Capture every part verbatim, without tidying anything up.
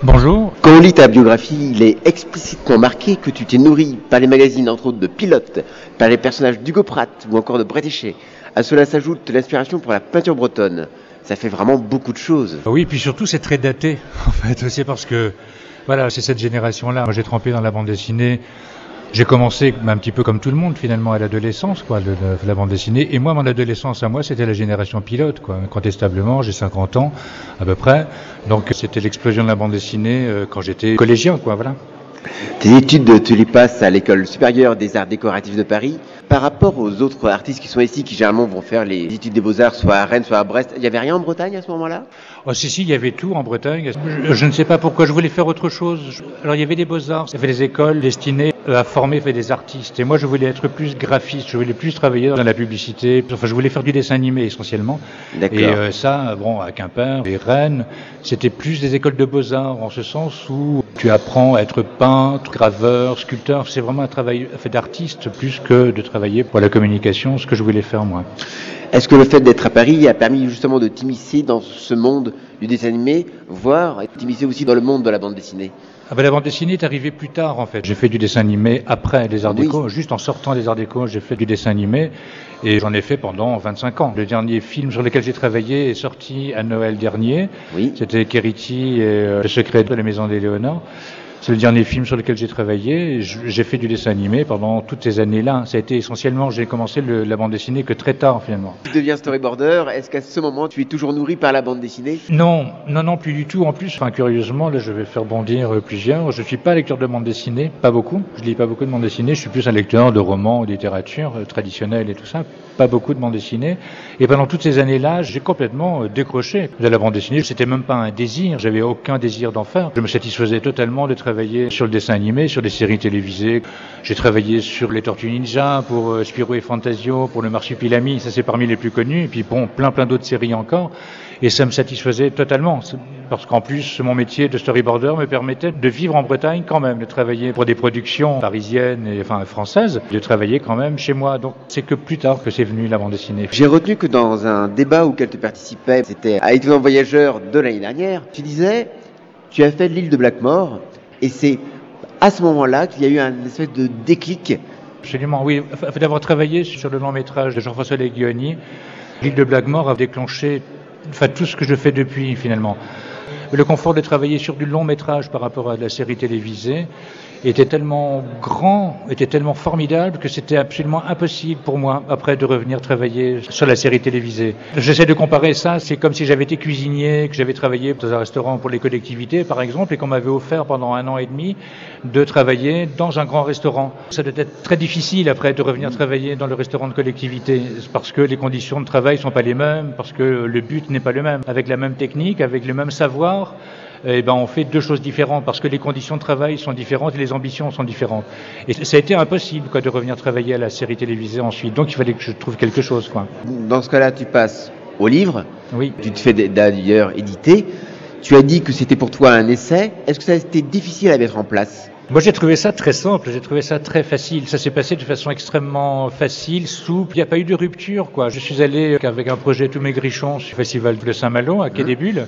Bonjour. Quand on lit ta biographie, il est explicitement marqué que tu t'es nourri par les magazines, entre autres de Pilote, par les personnages d'Hugo Pratt ou encore de Bretéché. À cela s'ajoute l'inspiration pour la peinture bretonne. Ça fait vraiment beaucoup de choses. Oui, puis surtout c'est très daté, en fait, c'est parce que, voilà, c'est cette génération-là. Moi j'ai trempé dans la bande dessinée. J'ai commencé un petit peu comme tout le monde finalement à l'adolescence, quoi, le, le, la bande dessinée. Et moi, mon adolescence à moi, c'était la génération Pilote, quoi. Incontestablement, j'ai cinquante ans à peu près. Donc c'était l'explosion de la bande dessinée euh, quand j'étais collégien, quoi, voilà. Tes études, tu les passes à l'école supérieure des arts décoratifs de Paris. Par rapport aux autres artistes qui sont ici, qui généralement vont faire les études des beaux-arts, soit à Rennes, soit à Brest, il n'y avait rien en Bretagne à ce moment-là? Oh si, si, il y avait tout en Bretagne. Je, je ne sais pas pourquoi, je voulais faire autre chose. Alors il y avait des beaux-arts, il y avait des écoles destinées à former des artistes. Et moi je voulais être plus graphiste, je voulais plus travailler dans la publicité. Enfin je voulais faire du dessin animé essentiellement. D'accord. Et euh, ça, bon, à Quimper et Rennes, c'était plus des écoles de beaux-arts, en ce sens où tu apprends à être peintre, graveur, sculpteur. C'est vraiment un travail fait d'artiste plus que de travailler pour la communication, ce que je voulais faire moi. Est-ce que le fait d'être à Paris a permis justement de t'immiscer dans ce monde du dessin animé, voire t'immiscer aussi dans le monde de la bande dessinée? Ah ben, la bande dessinée est arrivée plus tard en fait. J'ai fait du dessin animé après les arts Oui. déco. Juste en sortant des arts déco, j'ai fait du dessin animé et j'en ai fait pendant vingt-cinq ans. Le dernier film sur lequel j'ai travaillé est sorti à Noël dernier. Oui. C'était Kériti et euh, Le secret de la maison d'Éléonore. C'est le dernier film sur lequel j'ai travaillé. J'ai fait du dessin animé pendant toutes ces années-là. Ça a été essentiellement, j'ai commencé le, la bande dessinée que très tard finalement. Tu deviens storyboarder. Est-ce qu'à ce moment, tu es toujours nourri par la bande dessinée? Non, non, non, plus du tout. En plus, enfin, curieusement, là, je vais faire bondir plusieurs. Je suis pas lecteur de bande dessinée, pas beaucoup. Je lis pas beaucoup de bande dessinée. Je suis plus un lecteur de romans, de littérature euh, traditionnelle et tout ça. Pas beaucoup de bande dessinée. Et pendant toutes ces années-là, j'ai complètement euh, décroché de la bande dessinée. C'était même pas un désir. J'avais aucun désir d'en faire. Je me satisfaisais totalement de travailler sur le dessin animé, sur des séries télévisées. J'ai travaillé sur les Tortues Ninja, pour euh, Spirou et Fantasio, pour le Marsupilami. Ça, c'est parmi les plus connus. Et puis bon, plein, plein d'autres séries encore. Et ça me satisfaisait totalement, parce qu'en plus, mon métier de storyboarder me permettait de vivre en Bretagne quand même, de travailler pour des productions parisiennes et enfin françaises, de travailler quand même chez moi. Donc c'est que plus tard que c'est venu la bande dessinée. J'ai retenu que dans un débat auquel tu participais, c'était à Étonnant Voyageur de l'année dernière, tu disais, tu as fait l'île de Blackmore, et c'est à ce moment-là qu'il y a eu un espèce de déclic. Absolument, oui. D'avoir travaillé sur le long métrage de Jean-François Leguioni, l'île de Blackmore a déclenché enfin tout ce que je fais depuis finalement. Le confort de travailler sur du long métrage par rapport à la série télévisée était tellement grand, était tellement formidable que c'était absolument impossible pour moi après de revenir travailler sur la série télévisée. J'essaie de comparer ça, c'est comme si j'avais été cuisinier, que j'avais travaillé dans un restaurant pour les collectivités par exemple et qu'on m'avait offert pendant un an et demi de travailler dans un grand restaurant. Ça doit être très difficile après de revenir travailler dans le restaurant de collectivité parce que les conditions de travail sont pas les mêmes, parce que le but n'est pas le même. Avec la même technique, avec le même savoir, eh ben on fait deux choses différentes parce que les conditions de travail sont différentes et les ambitions sont différentes. Et ça a été impossible quoi de revenir travailler à la série télévisée ensuite. Donc il fallait que je trouve quelque chose quoi. Dans ce cas-là, tu passes au livre. Oui. Tu te fais d'ailleurs éditer. Tu as dit que c'était pour toi un essai. Est-ce que ça a été difficile à mettre en place? Moi j'ai trouvé ça très simple, j'ai trouvé ça très facile. Ça s'est passé de façon extrêmement facile, souple. Il n'y a pas eu de rupture quoi. Je suis allé avec un projet Tous mes grichons sur le festival de Saint-Malo à Quai des Bulles.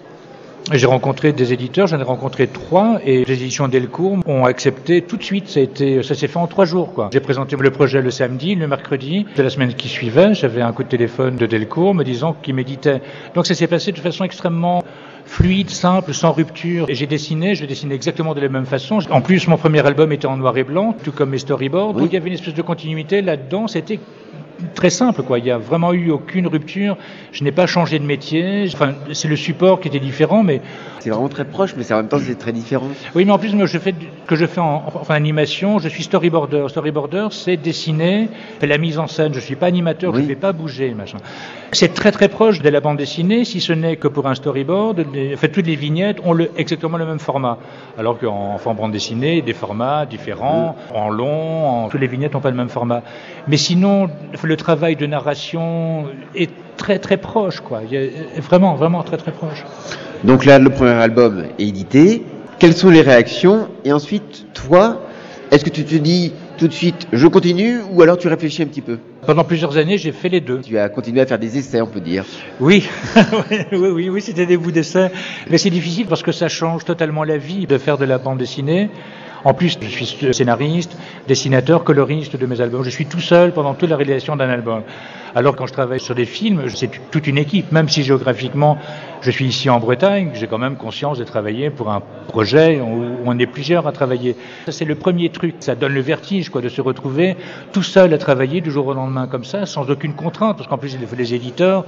J'ai rencontré des éditeurs, j'en ai rencontré trois et les éditions Delcourt ont accepté tout de suite. Ça a été, ça s'est fait en trois jours, quoi. J'ai présenté le projet le samedi, le mercredi de la semaine qui suivait. J'avais un coup de téléphone de Delcourt me disant qu'il m'éditait. Donc ça s'est passé de façon extrêmement fluide, simple, sans rupture. Et j'ai dessiné, je dessinais exactement de la même façon. En plus, mon premier album était en noir et blanc, tout comme mes storyboards. Oui. Donc il y avait une espèce de continuité là-dedans. C'était très simple, quoi. Il n'y a vraiment eu aucune rupture. Je n'ai pas changé de métier. Enfin, c'est le support qui était différent, mais c'est vraiment très proche, mais c'est en même temps c'est très différent. Oui, mais en plus, moi, je fais que je fais en enfin animation. Je suis storyboarder. Storyboarder, c'est dessiner, la mise en scène. Je suis pas animateur, oui. Je fais pas bouger, machin. C'est très très proche de la bande dessinée, si ce n'est que pour un storyboard. Les, en fait, toutes les vignettes ont le, exactement le même format, alors qu'en en bande dessinée, des formats différents, oui. En long, en, toutes les vignettes n'ont pas le même format. Mais sinon, le travail de narration est très très proche, quoi. Il est vraiment vraiment très très proche. Donc là, le premier album est édité. Quelles sont les réactions? Et ensuite, toi, est-ce que tu te dis, tout de suite, je continue, ou alors tu réfléchis un petit peu? Pendant plusieurs années, j'ai fait les deux. Tu as continué à faire des essais, on peut dire. Oui, oui, oui, oui, c'était des bouts d'essai. Mais c'est difficile parce que ça change totalement la vie de faire de la bande dessinée. En plus, je suis scénariste, dessinateur, coloriste de mes albums. Je suis tout seul pendant toute la réalisation d'un album. Alors quand je travaille sur des films, c'est toute une équipe. Même si géographiquement, je suis ici en Bretagne, j'ai quand même conscience de travailler pour un projet où on est plusieurs à travailler. Ça, c'est le premier truc. Ça donne le vertige, quoi, de se retrouver tout seul à travailler du jour au lendemain comme ça, sans aucune contrainte. Parce qu'en plus, les éditeurs,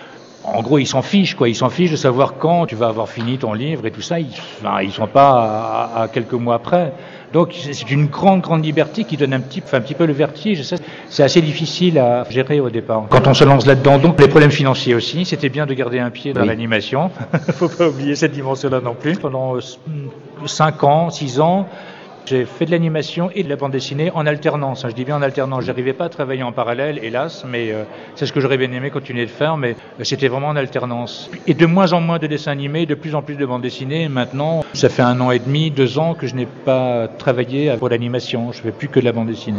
en gros, ils s'en fichent, quoi. Ils s'en fichent de savoir quand tu vas avoir fini ton livre et tout ça. Ils, enfin, ils sont pas à, à quelques mois près. Donc, c'est une grande, grande liberté qui donne un petit, enfin, un petit peu le vertige. Ça, c'est assez difficile à gérer au départ. Quand on se lance là-dedans, donc, les problèmes financiers aussi. C'était bien de garder un pied dans oui. l'animation. Faut pas oublier cette dimension-là non plus. Pendant cinq ans, six ans, j'ai fait de l'animation et de la bande dessinée en alternance. Je dis bien en alternance. J'arrivais pas à travailler en parallèle, hélas, mais euh, c'est ce que j'aurais bien aimé continuer de faire, mais c'était vraiment en alternance. Et de moins en moins de dessins animés, de plus en plus de bande dessinée. Maintenant, ça fait un an et demi, deux ans que je n'ai pas travaillé pour l'animation. Je fais plus que de la bande dessinée.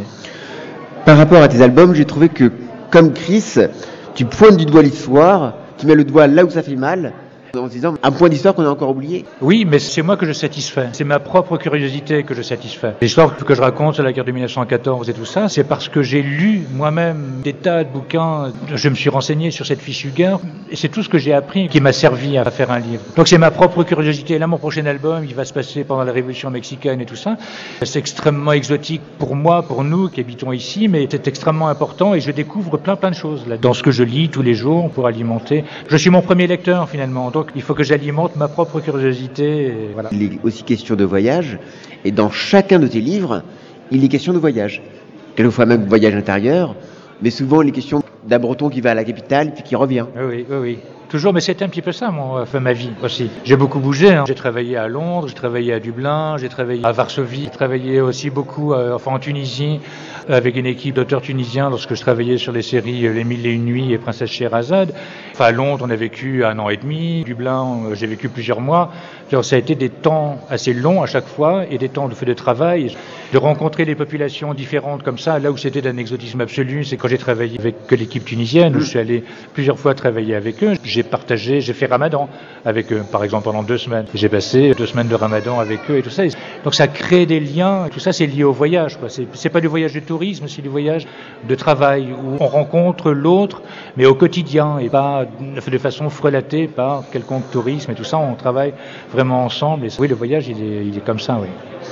Par rapport à tes albums, j'ai trouvé que, comme Chris, tu pointes du doigt l'histoire, tu mets le doigt là où ça fait mal, en se disant un point d'histoire qu'on a encore oublié. Oui, mais c'est moi que je satisfais. C'est ma propre curiosité que je satisfais. L'histoire que je raconte sur la guerre de mille neuf cent quatorze et tout ça, c'est parce que j'ai lu moi-même des tas de bouquins. Je me suis renseigné sur cette fichue guerre et c'est tout ce que j'ai appris qui m'a servi à faire un livre. Donc c'est ma propre curiosité. Là, mon prochain album, il va se passer pendant la révolution mexicaine et tout ça. C'est extrêmement exotique pour moi, pour nous qui habitons ici, mais c'est extrêmement important et je découvre plein plein de choses là dans ce que je lis tous les jours pour alimenter. Je suis mon premier lecteur finalement. Donc il faut que j'alimente ma propre curiosité. Et voilà. Il est aussi question de voyage, et dans chacun de tes livres, il est question de voyage. Quelquefois même voyage intérieur, mais souvent il est question d'un Breton qui va à la capitale puis qui revient. Oui, oui, oui. Toujours, mais c'était un petit peu ça, mon, enfin, ma vie aussi. J'ai beaucoup bougé. Hein. J'ai travaillé à Londres, j'ai travaillé à Dublin, j'ai travaillé à Varsovie, j'ai travaillé aussi beaucoup, euh, enfin en Tunisie, avec une équipe d'auteurs tunisiens lorsque je travaillais sur les séries Les Mille et Une Nuits et Princesse Sherazade. Enfin, à Londres, on a vécu un an et demi. Dublin, euh, j'ai vécu plusieurs mois. Alors, ça a été des temps assez longs à chaque fois et des temps de, de travail. De rencontrer des populations différentes comme ça, là où c'était d'un exotisme absolu, c'est quand j'ai travaillé avec l'équipe tunisienne, où je suis allé plusieurs fois travailler avec eux. J'ai partagé, j'ai fait Ramadan avec eux, par exemple, pendant deux semaines. J'ai passé deux semaines de Ramadan avec eux et tout ça. Donc ça crée des liens. Tout ça, c'est lié au voyage, quoi. C'est, c'est pas du voyage de tourisme, c'est du voyage de travail où on rencontre l'autre, mais au quotidien et pas de façon frelatée par quelconque tourisme et tout ça. On travaille vraiment ensemble. Et oui, le voyage, il est, il est comme ça, oui.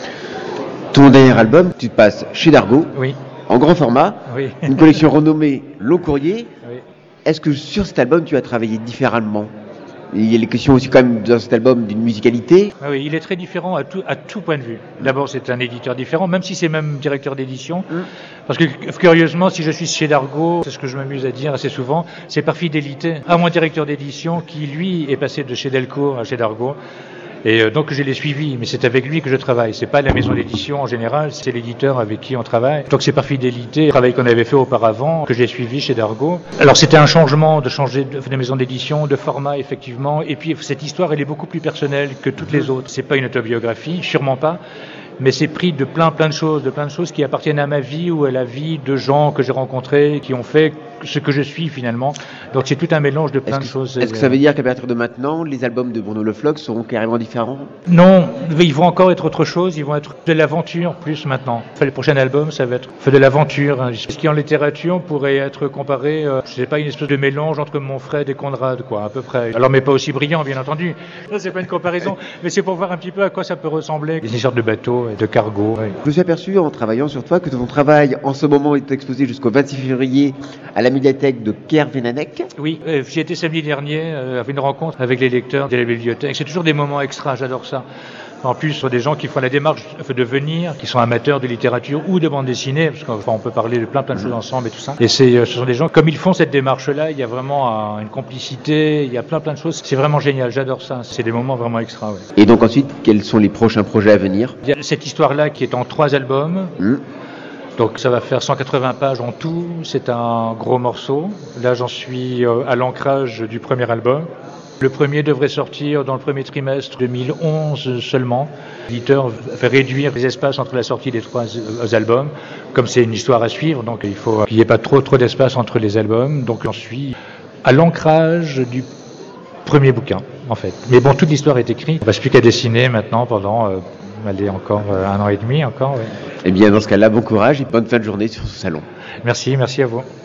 Ton dernier album, tu te passes chez Dargaud, oui. en grand format, oui. une collection renommée Long Courrier. Oui. Est-ce que sur cet album, tu as travaillé différemment ? Il y a les questions aussi quand même dans cet album d'une musicalité. Oui, il est très différent à tout, à tout point de vue. D'abord, c'est un éditeur différent, même si c'est même directeur d'édition. Mmh. Parce que, curieusement, si je suis chez Dargaud, c'est ce que je m'amuse à dire assez souvent, c'est par fidélité à mon directeur d'édition qui, lui, est passé de chez Delcourt à chez Dargaud. Et euh, donc je l'ai suivi, mais c'est avec lui que je travaille. C'est pas la maison d'édition en général, c'est l'éditeur avec qui on travaille. Donc c'est par fidélité, le travail qu'on avait fait auparavant, que j'ai suivi chez Dargaud. Alors c'était un changement de changer de, de maison d'édition, de format effectivement. Et puis cette histoire, elle est beaucoup plus personnelle que toutes les autres. C'est pas une autobiographie, sûrement pas. Mais c'est pris de plein plein de choses, de plein de choses qui appartiennent à ma vie ou à la vie de gens que j'ai rencontrés, qui ont fait ce que je suis finalement. Donc c'est tout un mélange de plein est-ce de choses. Est-ce que ça veut dire qu'à partir de maintenant, les albums de Bruno Le Floch seront carrément différents ? Non, ils vont encore être autre chose, ils vont être de l'aventure plus maintenant. Enfin, le prochain album, ça va être fait de l'aventure. Ce qui en littérature pourrait être comparé, euh, je sais pas, une espèce de mélange entre Monfred et Conrad, quoi, à peu près. Alors mais pas aussi brillant, bien entendu. Ça c'est pas une comparaison, mais c'est pour voir un petit peu à quoi ça peut ressembler. Des sortes de bateaux et de cargo. Oui. Je me suis aperçu en travaillant sur toi que ton travail en ce moment est exposé jusqu'au vingt-six février à la médiathèque de Kervénanec. Oui, euh, j'y étais samedi dernier, euh, avec une rencontre avec les lecteurs de la bibliothèque. C'est toujours des moments extra, j'adore ça. En plus, sur des gens qui font la démarche de venir, qui sont amateurs de littérature ou de bande dessinée, parce qu'on peut parler de plein plein de choses ensemble et tout ça. Et c'est, ce sont des gens, comme ils font cette démarche-là, il y a vraiment une complicité, il y a plein plein de choses. C'est vraiment génial, j'adore ça. C'est des moments vraiment extra. Ouais. Et donc ensuite, quels sont les prochains projets à venir ? Il y a cette histoire-là qui est en trois albums. Mmh. Donc ça va faire cent quatre-vingts pages en tout, c'est un gros morceau. Là j'en suis à l'ancrage du premier album. Le premier devrait sortir dans le premier trimestre deux mille onze seulement. L'éditeur fait réduire les espaces entre la sortie des trois albums. Comme c'est une histoire à suivre, donc il faut qu'il n'y ait pas trop trop d'espace entre les albums. Donc j'en suis à l'ancrage du premier bouquin, en fait. Mais bon, toute l'histoire est écrite. Il ne reste plus qu'à dessiner maintenant pendant euh, allez, encore euh, un an et demi. Encore, ouais. Eh bien, dans ce cas-là, bon courage et bonne fin de journée sur ce salon. Merci, merci à vous.